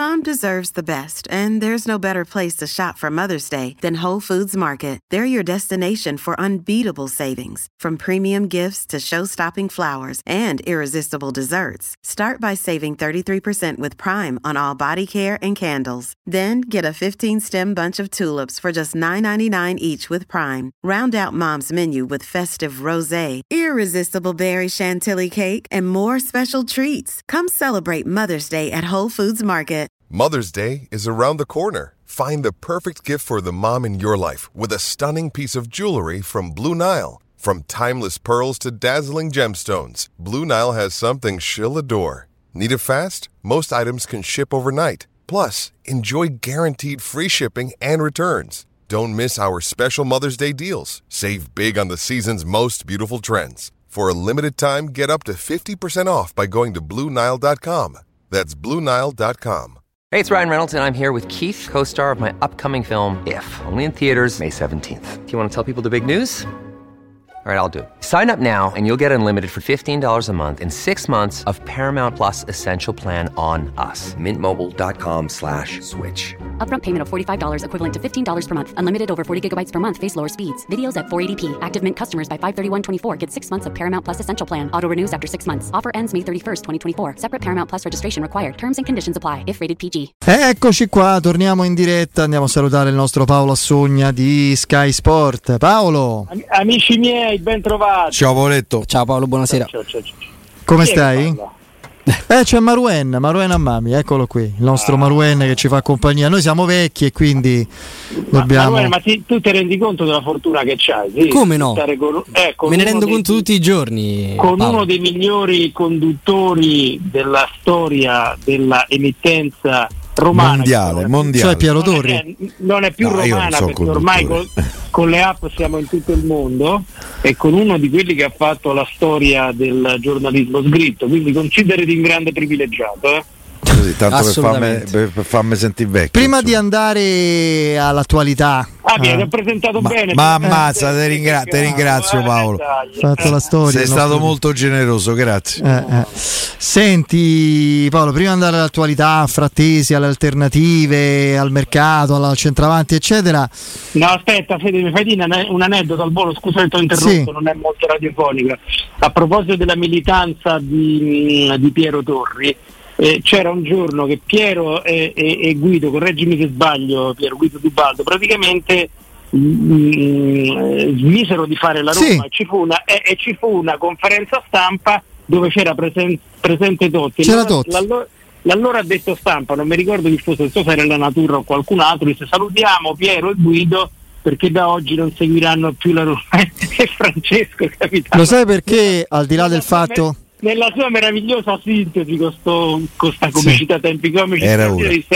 Mom deserves the best, and there's no better place to shop for Mother's Day than Whole Foods Market. They're your destination for unbeatable savings, from premium gifts to show-stopping flowers and irresistible desserts. Start by saving 33% with Prime on all body care and candles. Then get a 15-stem bunch of tulips for just $9.99 each with Prime. Round out Mom's menu with festive rosé, irresistible berry chantilly cake, and more special treats. Come celebrate Mother's Day at Whole Foods Market. Mother's Day is around the corner. Find the perfect gift for the mom in your life with a stunning piece of jewelry from Blue Nile. From timeless pearls to dazzling gemstones, Blue Nile has something she'll adore. Need it fast? Most items can ship overnight. Plus, enjoy guaranteed free shipping and returns. Don't miss our special Mother's Day deals. Save big on the season's most beautiful trends. For a limited time, get up to 50% off by going to BlueNile.com. That's BlueNile.com. Hey, it's Ryan Reynolds, and I'm here with Keith, co-star of my upcoming film, If, only in theaters May 17th. Do you want to tell people the big news? All right, I'll do it. Sign up now and you'll get unlimited for $15 a month and 6 months of Paramount Plus Essential Plan on us. MintMobile.com/switch. Upfront payment of $45 equivalent to $15 per month. Unlimited over 40 gigabytes per month. Face lower speeds. Videos at 480p. Active Mint customers by 531.24 get 6 months of Paramount Plus Essential Plan. Auto renews after 6 months. Offer ends May 31st, 2024. Separate Paramount Plus registration required. Terms and conditions apply if rated PG. Eccoci qua, torniamo in diretta. Andiamo a salutare il nostro Paolo Assogna di Sky Sport. Paolo! Amici miei, ben trovati. Ciao Paoletto. Ciao Paolo, buonasera. Ciao. Come stai? C'è Maruen Ammami, eccolo qui, il nostro Maruen che ci fa compagnia. Noi siamo vecchi e quindi dobbiamo. Ma tu ti rendi conto della fortuna che c'hai? Sì? Come no? Me ne rendo conto tutti i giorni. Con Paolo. uno dei migliori conduttori della storia della emittenza romana, mondiale. Cioè Piero Torri. Non è più romana perché ormai con le app siamo in tutto il mondo, e con uno di quelli che ha fatto la storia del giornalismo scritto, quindi considerati un grande privilegiato. Così, tanto per farmi sentire vecchio. Prima di andare all'attualità, mi hai rappresentato bene. Ma ammazza, ti ringrazio Paolo. Fatto la storia. Sei stato molto generoso, grazie. Senti Paolo, prima di andare all'attualità, frattesi, alle alternative, al mercato, al centravanti, eccetera. No, aspetta, Fede, mi fai dire un aneddoto al volo, scusa che ti ho interrotto, sì. Non è molto radiofonica. A proposito della militanza di Piero Torri, c'era un giorno che Piero e Guido, correggimi se sbaglio, Piero Guido Dubaldo, praticamente smisero di fare la Roma, sì. e ci fu una conferenza stampa dove c'era presente Totti. L'allora ha detto stampa, non mi ricordo chi fosse, non so se era la Natura o qualcun altro, disse: salutiamo Piero e Guido perché da oggi non seguiranno più la Roma. E Francesco, capitano. Lo sai perché, al di là del fatto... Nella sua meravigliosa sintesi con sta comicità, tempi comici, era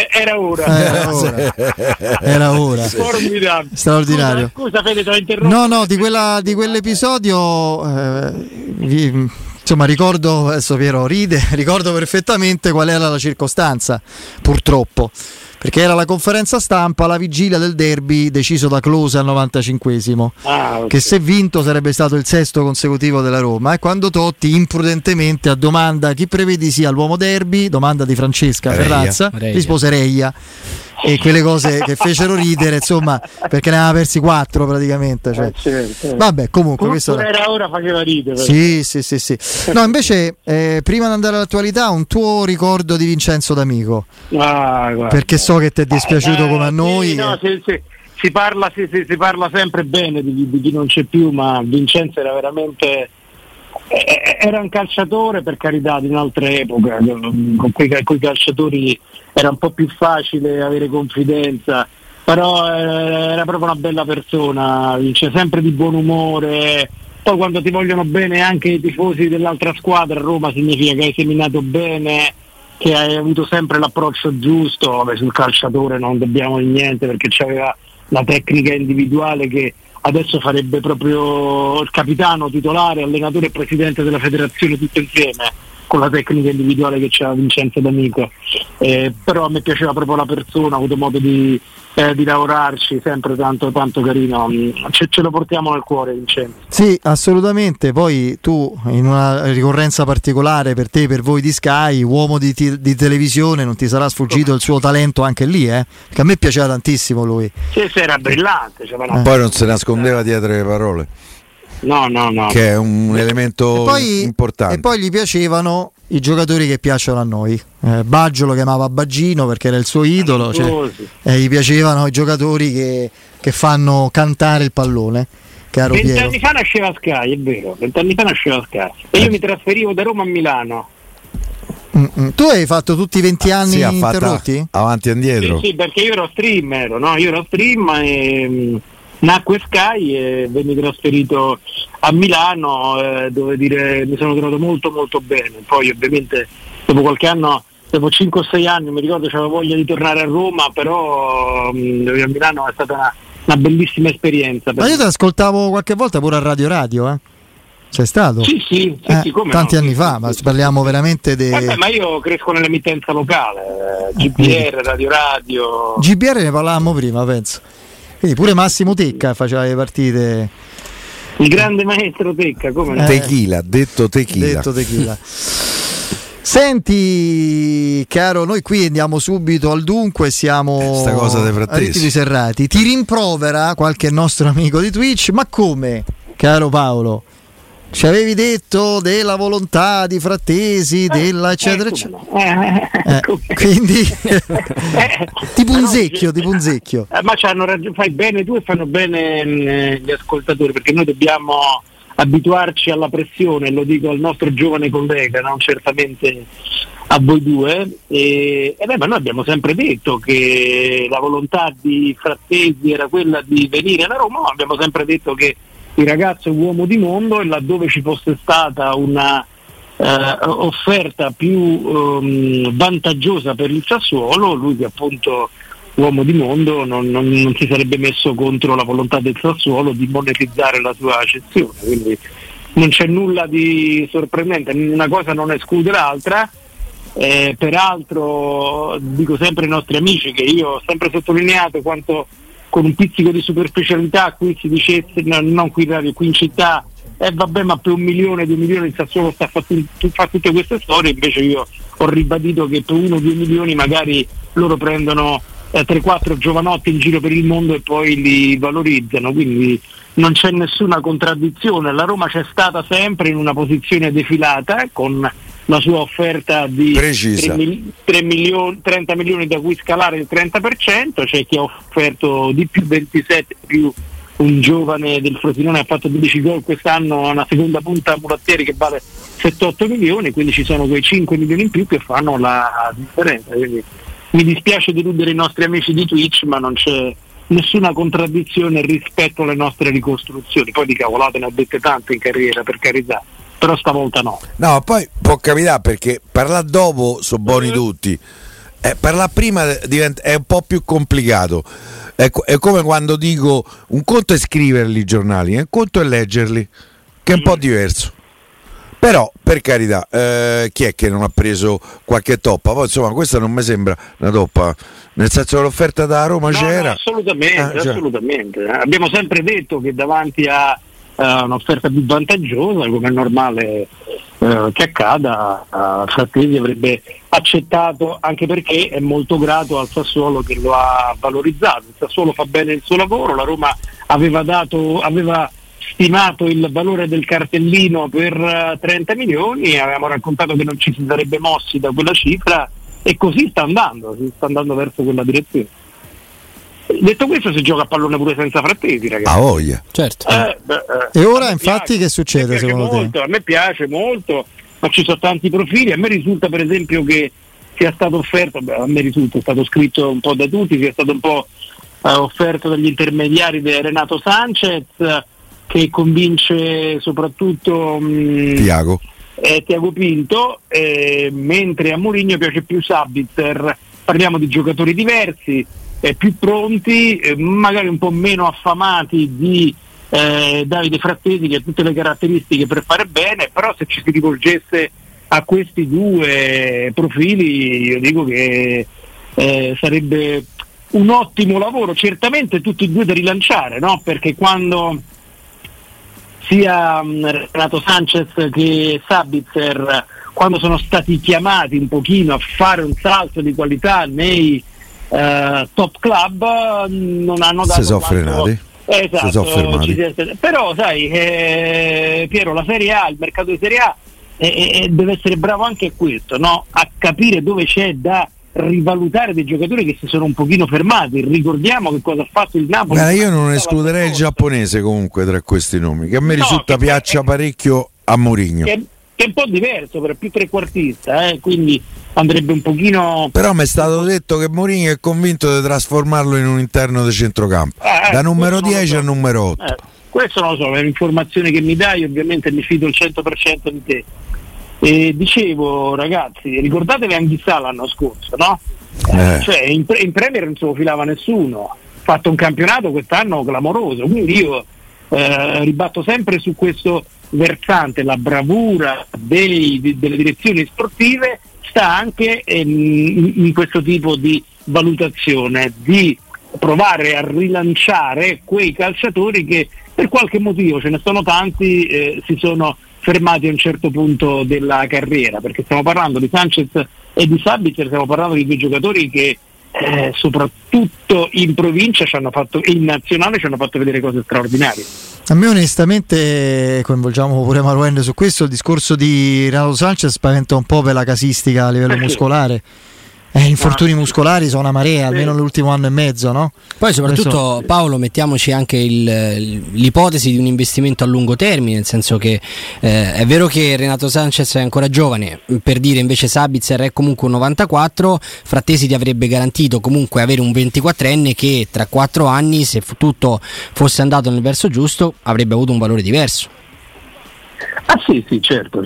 ora. Formidabile. Straordinario. Scusa Fede, ti ho interrotto. No, di quell'episodio insomma ricordo, adesso Piero ride, ricordo perfettamente qual era la circostanza, purtroppo. Perché era la conferenza stampa alla vigilia del derby deciso da Klose al 95esimo, okay. Che se vinto sarebbe stato il 6º consecutivo della Roma, e quando Totti imprudentemente a domanda chi prevedi sia l'uomo derby, domanda di Francesca Ferrazza, rispose Reia. E quelle cose che fecero ridere, insomma, perché ne aveva persi 4 praticamente, cioè. Certo. Vabbè, comunque questo era ora, faceva ridere. Sì. No, invece prima di andare all'attualità, un tuo ricordo di Vincenzo D'Amico, perché so che ti è dispiaciuto come a noi. Si parla sempre bene di chi non c'è più, ma Vincenzo era veramente un calciatore, per carità, di un'altra epoca. Con quei calciatori era un po' più facile avere confidenza, però era proprio una bella persona, vince sempre di buon umore. Poi quando ti vogliono bene anche i tifosi dell'altra squadra, a Roma significa che hai seminato bene, che hai avuto sempre l'approccio giusto. Sul calciatore non dobbiamo niente, perché c'aveva la tecnica individuale che adesso farebbe proprio il capitano, titolare, allenatore e presidente della federazione tutto insieme. con la tecnica individuale che c'era Vincenzo D'Amico, però a me piaceva proprio la persona, ho avuto modo di lavorarci, sempre tanto carino, ce lo portiamo nel cuore Vincenzo. Sì, assolutamente. Poi tu, in una ricorrenza particolare per te, per voi di Sky, uomo di televisione, non ti sarà sfuggito il suo talento anche lì, perché a me piaceva tantissimo lui. Sì, era brillante, poi non si nascondeva dietro le parole. No. Che è un elemento importante. E poi gli piacevano i giocatori che piacciono a noi. Baggio lo chiamava Baggino perché era il suo idolo, gli piacevano i giocatori che fanno cantare il pallone. 20 anni fa nasceva Sky, è vero, 20 anni fa nasceva Sky e io mi trasferivo da Roma a Milano. Tu hai fatto tutti i 20 anni interrotti? Avanti e indietro? Sì, perché io ero streamer, io ero stream e nacque Sky e venni trasferito a Milano, dove mi sono trovato molto molto bene. Poi ovviamente dopo qualche anno, dopo 5 o 6 anni, mi ricordo avevo voglia di tornare a Roma, però a Milano è stata una bellissima esperienza. Ma io ti ascoltavo qualche volta pure a Radio, Sei stato? Sì, come tanti anni fa, ma parliamo veramente ma io cresco nell'emittenza locale, GBR, Radio. GBR ne parlavamo prima, penso. Quindi pure Massimo Tecca faceva le partite. Il grande maestro Tecca, come no? Tequila, detto Tequila. Senti, caro, noi qui andiamo subito al dunque, siamo sta cosa dei Frattesi serrati. Ti rimprovera qualche nostro amico di Twitch, ma come, caro Paolo? Ci avevi detto della volontà di Frattesi, della eccetera eccetera. Quindi ti punzecchio. Ma c'hanno ragione, fai bene tu e fanno bene gli ascoltatori, perché noi dobbiamo abituarci alla pressione, lo dico al nostro giovane collega, non certamente a voi due, ma noi abbiamo sempre detto che la volontà di Frattesi era quella di venire a Roma, abbiamo sempre detto che il ragazzo è un uomo di mondo e laddove ci fosse stata una offerta più vantaggiosa per il Sassuolo, lui che appunto uomo di mondo non si sarebbe messo contro la volontà del Sassuolo di monetizzare la sua cessione, quindi non c'è nulla di sorprendente, una cosa non esclude l'altra. Peraltro dico sempre ai nostri amici che io ho sempre sottolineato quanto con un pizzico di superficialità qui si dicesse, non qui in città, vabbè, ma per 1 milione, 2 milioni il Sassuolo fa tutte queste storie, invece io ho ribadito che per 1-2 milioni magari loro prendono 3-4 giovanotti in giro per il mondo e poi li valorizzano, quindi non c'è nessuna contraddizione. La Roma c'è stata sempre in una posizione defilata con la sua offerta di 30 milioni da cui scalare il 30%, c'è chi ha offerto di più, 27 più un giovane del Frosinone ha fatto 12 gol quest'anno, una seconda punta Mulattieri che vale 7-8 milioni, quindi ci sono quei 5 milioni in più che fanno la differenza, quindi mi dispiace deludere i nostri amici di Twitch, ma non c'è nessuna contraddizione rispetto alle nostre ricostruzioni. Poi di cavolate ne ho dette tante in carriera, per carità, però stavolta no. No, poi può capitare, perché parlare dopo sono buoni tutti, parlare prima è un po' più complicato. È come quando dico un conto è scriverli i giornali, un conto è leggerli, che è un po' diverso. Però per carità, chi è che non ha preso qualche toppa? Poi insomma questa non mi sembra una toppa, nel senso che l'offerta da Roma c'era. No, assolutamente. Abbiamo sempre detto che davanti a un'offerta più vantaggiosa, come è normale che accada, Frattesi avrebbe accettato, anche perché è molto grato al Sassuolo che lo ha valorizzato. Il Sassuolo fa bene il suo lavoro, la Roma aveva stimato il valore del cartellino per 30 milioni, avevamo raccontato che non ci si sarebbe mossi da quella cifra e così si sta andando verso quella direzione. Detto questo, si gioca a pallone pure senza Frattesi, ragazzi. A voglia. Certo. E ora infatti che succede secondo te? A me piace molto, ma ci sono tanti profili. A me risulta per esempio che sia stato offerto, è stato scritto un po' da tutti, sia stato un po' offerto dagli intermediari di Renato Sanchez, che convince soprattutto Tiago Pinto, mentre a Mourinho piace più Sabitzer. Parliamo di giocatori diversi, più pronti, magari un po' meno affamati di Davide Frattesi, che ha tutte le caratteristiche per fare bene, però se ci si rivolgesse a questi due profili io dico che sarebbe un ottimo lavoro, certamente tutti e due da rilanciare, no? Perché quando sia Renato Sanchez che Sabitzer, quando sono stati chiamati un pochino a fare un salto di qualità nei top club, non hanno dato, si sono frenati. Esatto, si sono fermati. Però sai, Piero, la Serie A, il mercato di Serie A deve essere bravo anche a questo, no? A capire dove c'è da rivalutare dei giocatori che si sono un pochino fermati. Ricordiamo che cosa ha fatto il Napoli. Guarda, io non escluderei il giapponese comunque tra questi nomi, che a me risulta piaccia parecchio a Mourinho. Che è un po' diverso, però è più trequartista, quindi andrebbe un pochino. Però mi è stato detto che Mourinho è convinto di trasformarlo in un interno di centrocampo, da numero 10 a numero 8. Questo non lo so, è un'informazione che mi dai, ovviamente mi fido il 100% di te. Dicevo, ragazzi, ricordatevi Anghissà l'anno scorso, no? Cioè in Premier non se lo filava nessuno, ha fatto un campionato quest'anno clamoroso, quindi io ribatto sempre su questo versante. La bravura delle direzioni sportive sta anche in questo tipo di valutazione, di provare a rilanciare quei calciatori che per qualche motivo, ce ne sono tanti, si sono fermati a un certo punto della carriera, perché stiamo parlando di Sanchez e di Sabitzer, stiamo parlando di due giocatori che soprattutto in provincia e in nazionale ci hanno fatto vedere cose straordinarie. A me onestamente, coinvolgiamo pure Maruende su questo, il discorso di Renato Sanchez spaventa un po' per la casistica a livello muscolare. Infortuni muscolari sono una marea, almeno l'ultimo anno e mezzo, no? Poi soprattutto, Paolo, mettiamoci anche l'ipotesi di un investimento a lungo termine, nel senso che è vero che Renato Sanchez è ancora giovane, per dire invece Sabitzer è comunque un 94, Frattesi ti avrebbe garantito comunque avere un 24enne che tra 4 anni, se tutto fosse andato nel verso giusto, avrebbe avuto un valore diverso. Ah sì, certo,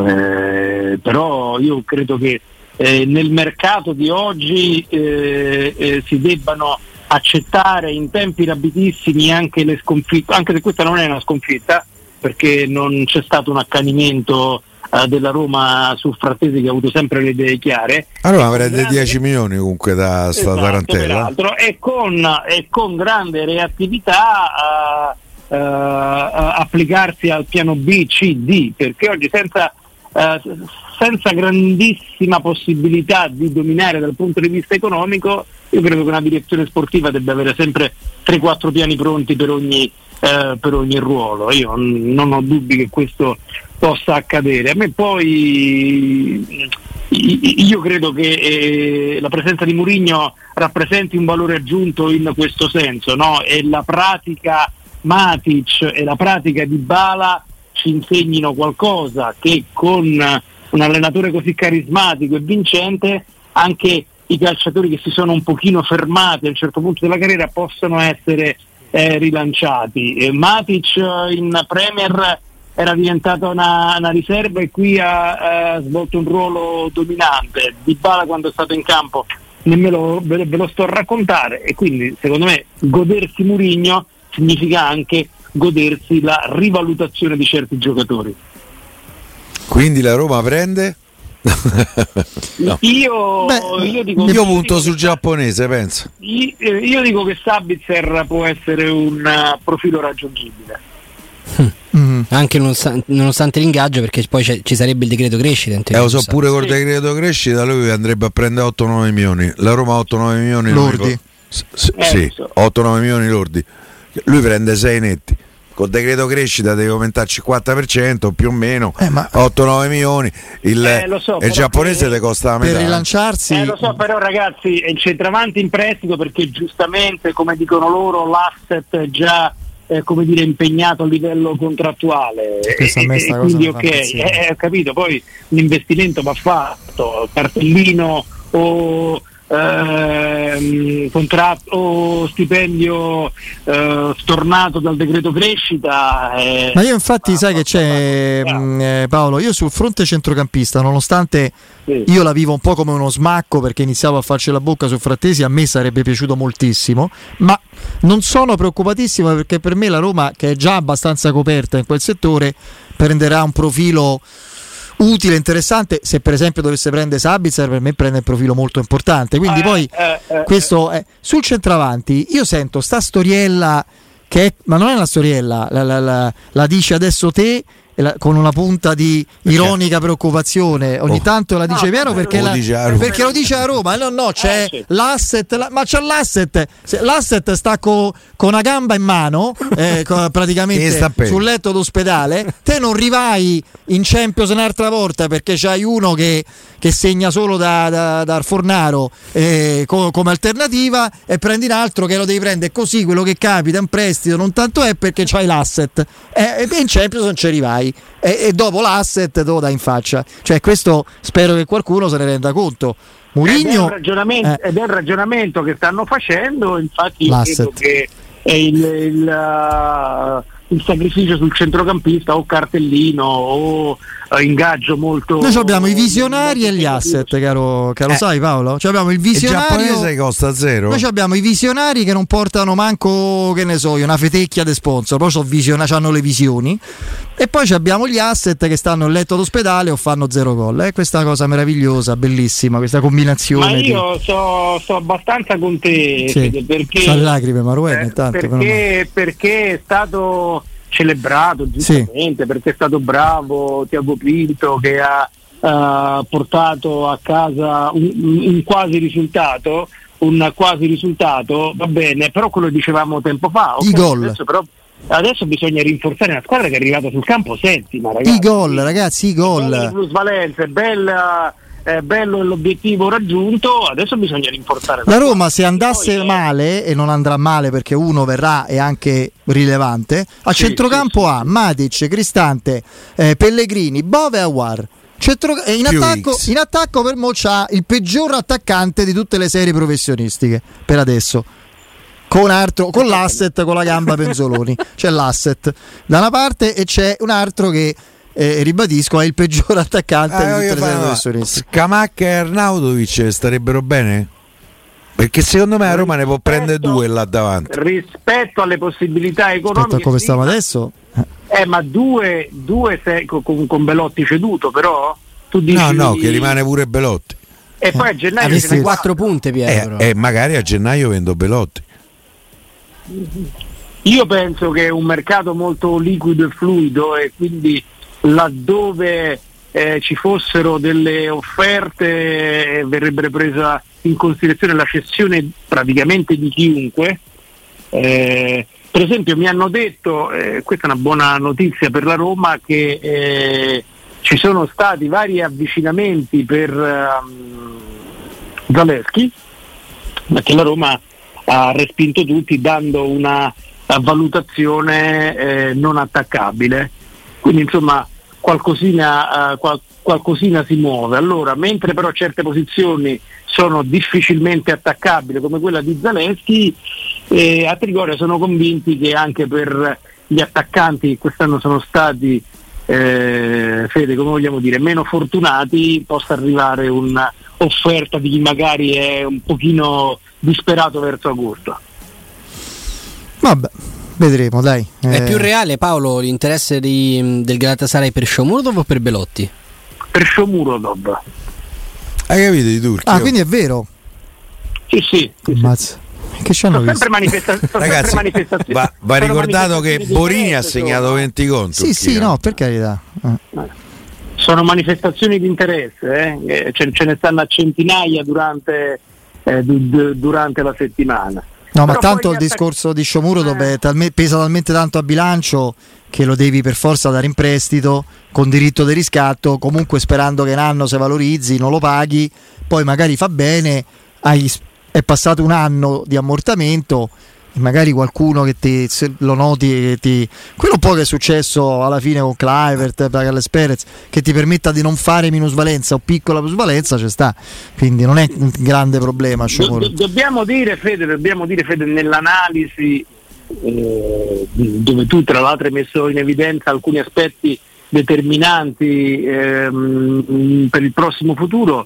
però io credo che nel mercato di oggi si debbano accettare in tempi rapidissimi anche le sconfitte, anche se questa non è una sconfitta, perché non c'è stato un accanimento della Roma su Frattesi, che ha avuto sempre le idee chiare. Allora avrete 10 milioni comunque da sta tarantella, e con grande reattività applicarsi al piano B, C, D, perché oggi senza grandissima possibilità di dominare dal punto di vista economico, io credo che una direzione sportiva debba avere sempre 3-4 piani pronti per ogni ruolo. Io non ho dubbi che questo possa accadere. A me poi io credo che la presenza di Mourinho rappresenti un valore aggiunto in questo senso, no? E la pratica Matic e la pratica Dybala ci insegnino qualcosa, che con un allenatore così carismatico e vincente anche i calciatori che si sono un pochino fermati a un certo punto della carriera possono essere rilanciati. Matic in Premier era diventata una riserva e qui ha svolto un ruolo dominante. Dybala quando è stato in campo nemmeno ve lo sto a raccontare, e quindi secondo me godersi Mourinho significa anche godersi la rivalutazione di certi giocatori. Quindi la Roma prende? No. Io punto sul giapponese, penso. Io dico che Sabitzer può essere un profilo raggiungibile. Anche nonostante l'ingaggio, perché poi ci sarebbe il decreto crescita. Lo so, pure col decreto crescita lui andrebbe a prendere 8-9 milioni. La Roma 8-9 milioni lordi. Sì, 8-9 milioni lordi. Lui prende 6 netti. Col decreto crescita deve aumentarci il 4% più o meno, 8-9 milioni. Lo so, il giapponese le costa la metà. Per rilanciarsi. Lo so, però ragazzi, è il centravanti in prestito, perché giustamente, come dicono loro, l'asset è già impegnato a livello contrattuale, e quindi ho capito, poi l'investimento va fatto, cartellino o contratto o stipendio stornato dal decreto crescita. Ma io infatti sai che c'è, Paolo, io sul fronte centrocampista, nonostante io la vivo un po' come uno smacco, perché iniziavo a farci la bocca su Frattesi, a me sarebbe piaciuto moltissimo, ma non sono preoccupatissimo, perché per me la Roma, che è già abbastanza coperta in quel settore, prenderà un profilo utile, interessante. Se per esempio dovesse prendere Sabitzer, per me prende un profilo molto importante. Quindi poi questo è sul centravanti. Io sento sta storiella ma non è una storiella, la dici adesso te, con una punta di ironica preoccupazione. Ogni tanto la dice Piero perché lo dice a Roma. No, c'è l'asset, ma c'è l'asset sta con una gamba in mano, praticamente sul letto d'ospedale. Te non rivai in Champions un'altra volta perché c'hai uno che segna solo da Fornaro come alternativa, e prendi un altro che lo devi prendere così, quello che capita in prestito non tanto è perché c'hai l'asset, e in Champions non ci arrivai, e dopo l'asset te lo dai in faccia. Cioè, questo spero che qualcuno se ne renda conto. Mourinho ed è il ragionamento che stanno facendo, infatti io credo che è il sacrificio sul centrocampista o cartellino o ingaggio molto. Noi abbiamo i visionari e gli asset, caro sai Paolo? Cioè abbiamo il visionario. Il giapponese costa zero. Noi abbiamo i visionari che non portano manco, che ne so io, una fetecchia di sponsor, poi hanno le visioni, e poi abbiamo gli asset che stanno nel letto d'ospedale o fanno 0 gol. È questa cosa meravigliosa, bellissima, questa combinazione. Ma io sto abbastanza con te, sì, perché c'ha lacrime Maruene, perché è stato celebrato giustamente, perché è stato bravo Tiago Pinto, che ha portato a casa un quasi risultato, va bene, però quello dicevamo tempo fa, i gol. Adesso bisogna rinforzare una squadra che è arrivata sul campo settima, ragazzi. I gol. Le plusvalenze, bello l'obiettivo raggiunto, adesso bisogna rinforzare la Roma. Se andasse male, e non andrà male perché uno verrà, è anche rilevante, a centrocampo ha Matic, Cristante, Pellegrini, Bove e Aouar. In attacco per mo c'ha il peggior attaccante di tutte le serie professionistiche per adesso, con l'asset con la gamba Penzoloni. C'è l'asset da una parte e c'è un altro che ribadisco è il peggior attaccante di tutte le serie professionistiche. Scamacca e Arnautovic starebbero bene? Perché secondo me a Roma ne può prendere 2 là davanti. Rispetto alle possibilità economiche, a come stiamo adesso, ma due con Belotti ceduto, però tu dici no, che rimane pure Belotti. E poi a gennaio avessi 4 punti, Piero. Magari a gennaio vendo Belotti. Io penso che è un mercato molto liquido e fluido, e quindi laddove ci fossero delle offerte verrebbe presa in considerazione la cessione praticamente di chiunque. Per esempio mi hanno detto, questa è una buona notizia per la Roma, che ci sono stati vari avvicinamenti per Zalewski, ma che la Roma ha respinto tutti dando una valutazione non attaccabile. Quindi insomma qualcosina si muove. Allora, mentre però certe posizioni sono difficilmente attaccabili come quella di Zalewski, a Trigoria sono convinti che anche per gli attaccanti che quest'anno sono stati Fede, come vogliamo dire, meno fortunati, possa arrivare un'offerta di chi magari è un pochino disperato verso Agurto. Vabbè, vedremo, dai. È più reale, Paolo, l'interesse del Galatasaray per Shomurodov o per Belotti? Per Shomurodov. Hai capito di Turchi? Quindi è vero? Sì. Ammazza. Che c'hanno sono sempre manifestazioni. Va ricordato che Borini ha segnato 20 contro. Sì, no, per carità. Sono manifestazioni di interesse, ce ne stanno a centinaia durante la settimana. No, ma tanto il discorso di Shomurodov pesa talmente tanto a bilancio che lo devi per forza dare in prestito con diritto di riscatto, comunque sperando che un anno se valorizzi, non lo paghi, poi magari fa bene, è passato un anno di ammortamento e magari qualcuno che lo noti, quello un po' che è successo alla fine con Kluivert, Carles Perez, che ti permetta di non fare minusvalenza o piccola plusvalenza, ci sta, quindi non è un grande problema. Dobbiamo dire Fede, nell'analisi dove tu tra l'altro hai messo in evidenza alcuni aspetti determinanti per il prossimo futuro,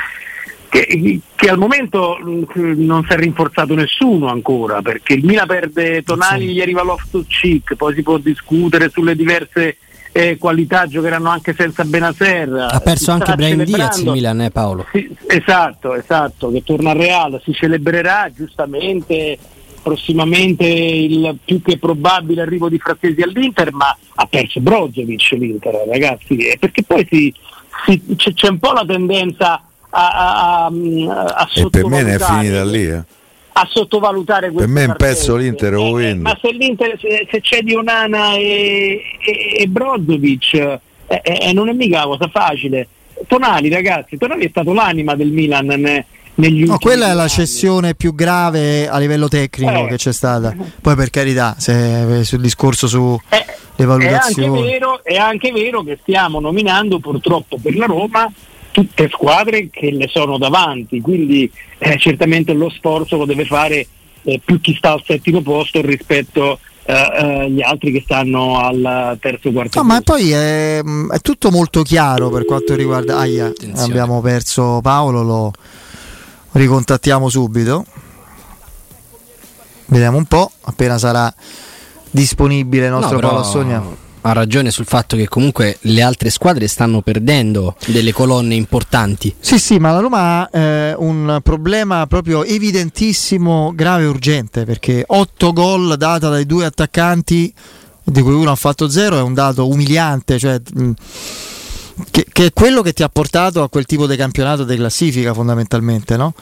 che al momento non si è rinforzato nessuno ancora, perché il Milan perde Tonali, gli arriva Loftus-Cheek, poi si può discutere sulle diverse qualità giocheranno anche senza Benacer. Ha perso anche Brahim Diaz in Milan, Paolo. Sì, esatto, che torna al Real, si celebrerà giustamente prossimamente il più che probabile arrivo di Frattesi all'Inter, ma ha perso Brozovic l'Inter, ragazzi, perché poi c'è un po' la tendenza a e per me ne è finita lì, a sottovalutare questo. Per me è un pezzo l'Inter lo vende. Ma se l'Inter se c'è di Onana e Brozovic non è mica cosa facile. Tonali, ragazzi, Tonali è stato l'anima del Milan negli ultimi quella è la anni. cessione più grave a livello tecnico che c'è stata. Poi per carità, se sul discorso su le valutazioni è anche vero che stiamo nominando purtroppo per la Roma tutte squadre che le sono davanti, quindi certamente lo sforzo lo deve fare più chi sta al settimo posto rispetto gli altri che stanno al terzo quarto posto. Ma poi è tutto molto chiaro per quanto riguarda abbiamo perso Paolo, lo ricontattiamo subito, vediamo un po' appena sarà disponibile il nostro Paolo Assogna. Ha ragione sul fatto che comunque le altre squadre stanno perdendo delle colonne importanti. Sì, ma la Roma ha un problema proprio evidentissimo, grave e urgente, perché 8 gol data dai 2 attaccanti, di cui uno ha fatto 0, è un dato umiliante, cioè che è quello che ti ha portato a quel tipo di campionato di classifica fondamentalmente, no?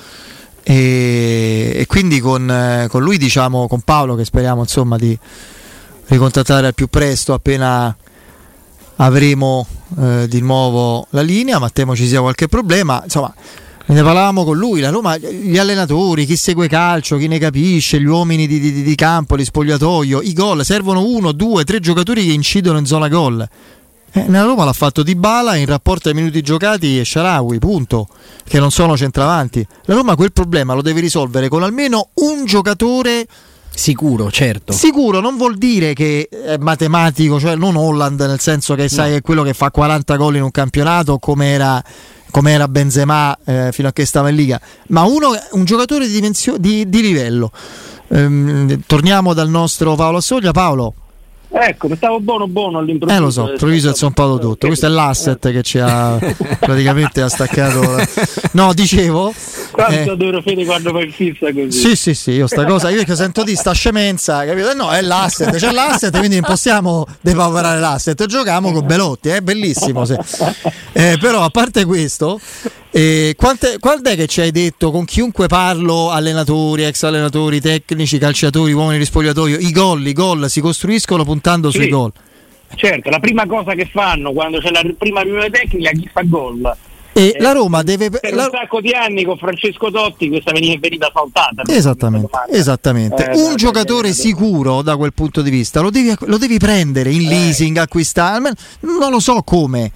E quindi con lui, diciamo, con Paolo, che speriamo insomma di ricontattare al più presto appena avremo di nuovo la linea, ma temo ci sia qualche problema, insomma ne parlavamo con lui, la Roma, gli allenatori, chi segue calcio, chi ne capisce, gli uomini di campo, di spogliatoio, i gol, servono 1, 2, 3 giocatori che incidono in zona gol. Nella Roma l'ha fatto Dybala in rapporto ai minuti giocati e Shaarawy, punto, che non sono centravanti. La Roma quel problema lo deve risolvere con almeno un giocatore sicuro, certo. Sicuro non vuol dire che è matematico, cioè non Holland, nel senso che sai che è quello che fa 40 gol in un campionato come era Benzema fino a che stava in Liga, ma un giocatore di livello. Torniamo dal nostro Paolo Assoglia. Paolo. Ecco, stavo buono all'improvviso. Lo so, improvviso è zompato tutto. Questo è l'asset che ci ha praticamente ha staccato. No, dicevo. Quanto adoro Fede quando fai fissa così. Sì, io sta cosa, io che sento di sta scemenza, capito? No, è l'asset, c'è l'asset, quindi non possiamo depauperare l'asset. Giochiamo con Belotti, è bellissimo. Però a parte questo, quando è che ci hai detto, con chiunque parlo, allenatori, ex allenatori, tecnici, calciatori, uomini di spogliatoio, i gol si costruiscono puntando sui gol? Certo, la prima cosa che fanno quando c'è la prima riunione tecnica, chi fa gol? E la Roma deve per un sacco di anni con Francesco Totti questa veniva saltata. Esattamente. Un giocatore sicuro da quel punto di vista lo devi prendere in leasing, acquistare, non lo so come.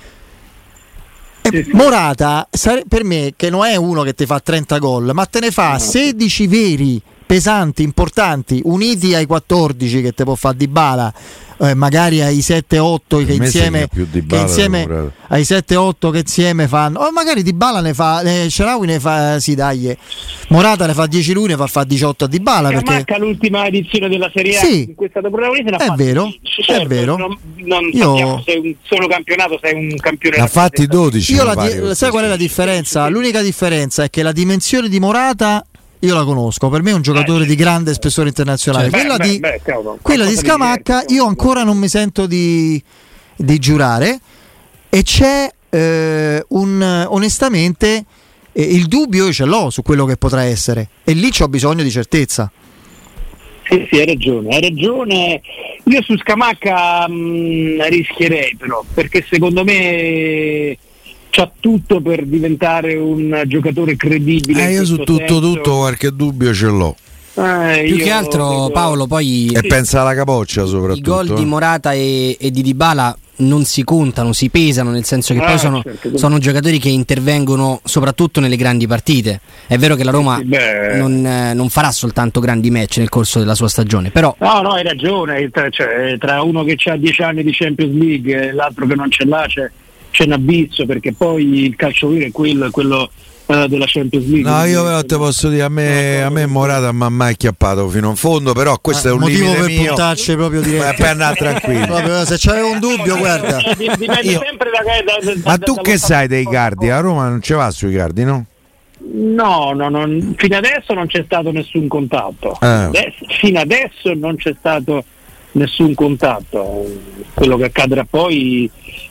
Morata per me, che non è uno che ti fa 30 gol, ma te ne fa 16 veri, pesanti, importanti, uniti ai 14 che te può fare Dybala, magari ai 7-8 che insieme ai 7-8 che insieme fanno, o magari Dybala ne fa, Shaarawy ne fa, sì dai, Morata ne fa 10 lui, ne fa 18 a Dybala, perché l'ultima edizione della Serie A in cui è stato protagonista è vero, certo, è vero. Non sappiamo se è un solo campionato, se è un campione. Ha fatti 12. Sai qual è la differenza? L'unica differenza è che la dimensione di Morata io la conosco, per me è un giocatore di grande spessore internazionale. Quella di Scamacca io ancora non mi sento di giurare, e c'è onestamente il dubbio io ce l'ho su quello che potrà essere, e lì c'ho bisogno di certezza. Sì, hai ragione. Io su Scamacca rischierei, però, perché secondo me c'ha tutto per diventare un giocatore credibile. Io su tutto qualche dubbio ce l'ho. Più che altro Paolo poi e pensa alla capoccia soprattutto. I gol di Morata e di Dybala non si contano, si pesano, nel senso che poi sono giocatori che intervengono soprattutto nelle grandi partite. È vero che la Roma non farà soltanto grandi match nel corso della sua stagione, però no, hai ragione, tra uno che ha 10 anni di Champions League e l'altro che non ce l'ha c'è un abisso, perché poi il calcio vero è quello della Champions League. No, io però te posso dire, a me Morata mi ha mai acchiappato fino in fondo, però questo è un motivo limite per mio. puntarci proprio diretto. Per andare tranquillo. Proprio, se c'avevo un dubbio, guarda. Dipende sempre Ma tu che sai dei Icardi? A Roma non ci va sui Icardi, no? No, fino adesso non c'è stato nessun contatto. Fino adesso non c'è stato nessun contatto. Quello che accadrà poi.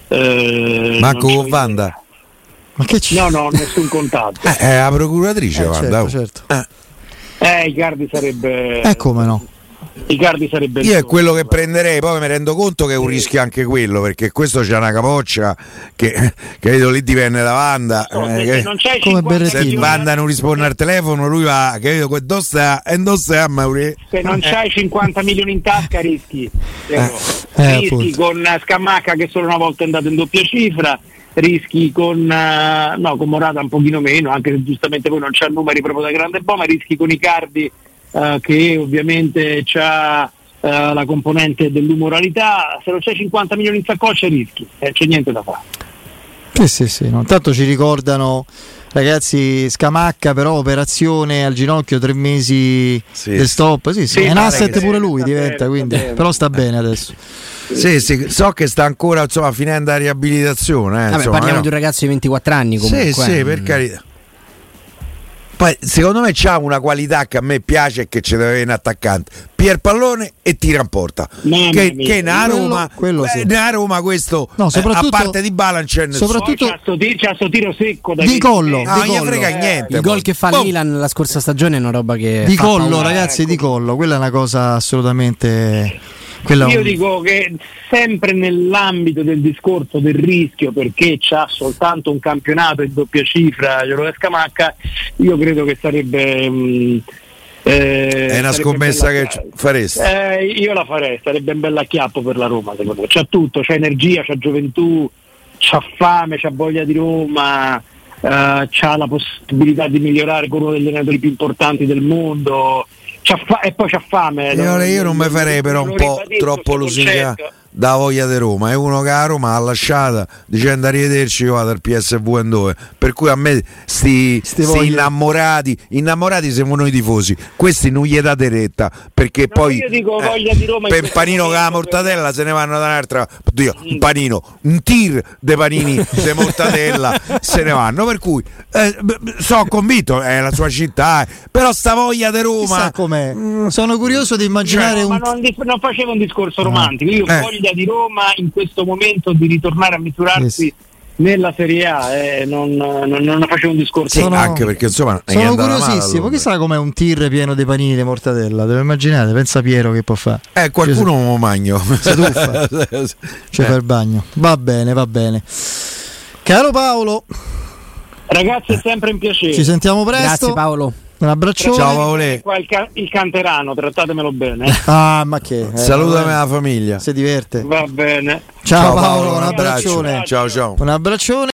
Manco con Wanda? Ma che c'è? No, nessun contatto. È la procuratrice Wanda. Certo. Icardi sarebbe. Come no? Icardi sarebbe. Io è quello che prenderei, poi mi rendo conto che è un rischio anche quello, perché questo c'è una capoccia che vedo lì dipende da Wanda. Se non c'hai come Berrettini. Se Wanda non risponde al telefono, lui va, che vedo indossa a Mauri. Se non c'hai 50 milioni in tasca rischi. Rischi Rischi con Scamacca che solo una volta è andato in doppia cifra. Rischi con Morata un pochino meno, anche se giustamente poi non c'ha numeri proprio da grande ma rischi con Icardi che ovviamente c'ha la componente dell'umoralità. Se non c'è 50 milioni in saccoccia rischi, c'è niente da fare. Sì. No, tanto ci ricordano, ragazzi, Scamacca però operazione al ginocchio, 3 mesi del stop, sì. È un asset pure lui diventa, quindi però sta bene adesso. Sì, so che sta ancora finendo la riabilitazione. Insomma, parliamo di un ragazzo di 24 anni comunque. Sì, per carità. Poi secondo me c'ha una qualità che a me piace e che ci deve avere in attaccante. Pier pallone e tira in porta. Che a Roma questo, a parte di Bala, c'è nessuno. Soprattutto c'ha sto tiro secco di collo. Non gli frega niente. Il gol che fa il Milan la scorsa stagione è una roba che di collo, ragazzi, di collo. Quella è una cosa assolutamente. Io dico che sempre nell'ambito del discorso del rischio, perché c'ha soltanto un campionato in doppia cifra Scamacca, io credo che sarebbe è una scommessa che faresti? Io la farei, sarebbe un bell'acchiappo per la Roma, secondo me. C'ha tutto, c'ha energia, c'ha gioventù, c'ha fame, c'ha voglia di Roma, c'ha la possibilità di migliorare con uno degli allenatori più importanti del mondo. E poi c'ha fame. Io non mi farei però un po' troppo lusingare da voglia di Roma. È uno che a Roma ha lasciata dicendo arrivederci, io vado al PSV in dove. Per cui a me sti innamorati siamo noi tifosi, questi non gli date retta, perché poi io dico voglia di Roma per panino con la mortadella se ne vanno da un'altra. Oddio, un panino, un tir de panini de mortadella se ne vanno, per cui sono convinto è la sua città, però sta voglia di Roma. Chissà com'è. Sono curioso di immaginare ma non facevo un discorso romantico, io voglia di Roma in questo momento di ritornare a misurarsi nella Serie A, non facevo un discorso anche perché insomma sono curiosissimo, chissà com'è un tir pieno di panini di mortadella, devo immaginare, pensa Piero che può fare, qualcuno lo magno, si tuffa per il bagno. Va bene caro Paolo, ragazzi, è sempre un piacere, ci sentiamo presto. Grazie Paolo, un abbraccione. Ciao Paolo. Il canterano, trattatemelo bene. Ma che? Salutami la famiglia. Si diverte. Va bene. Ciao Paolo, un abbraccione. Ciao. Un abbraccione.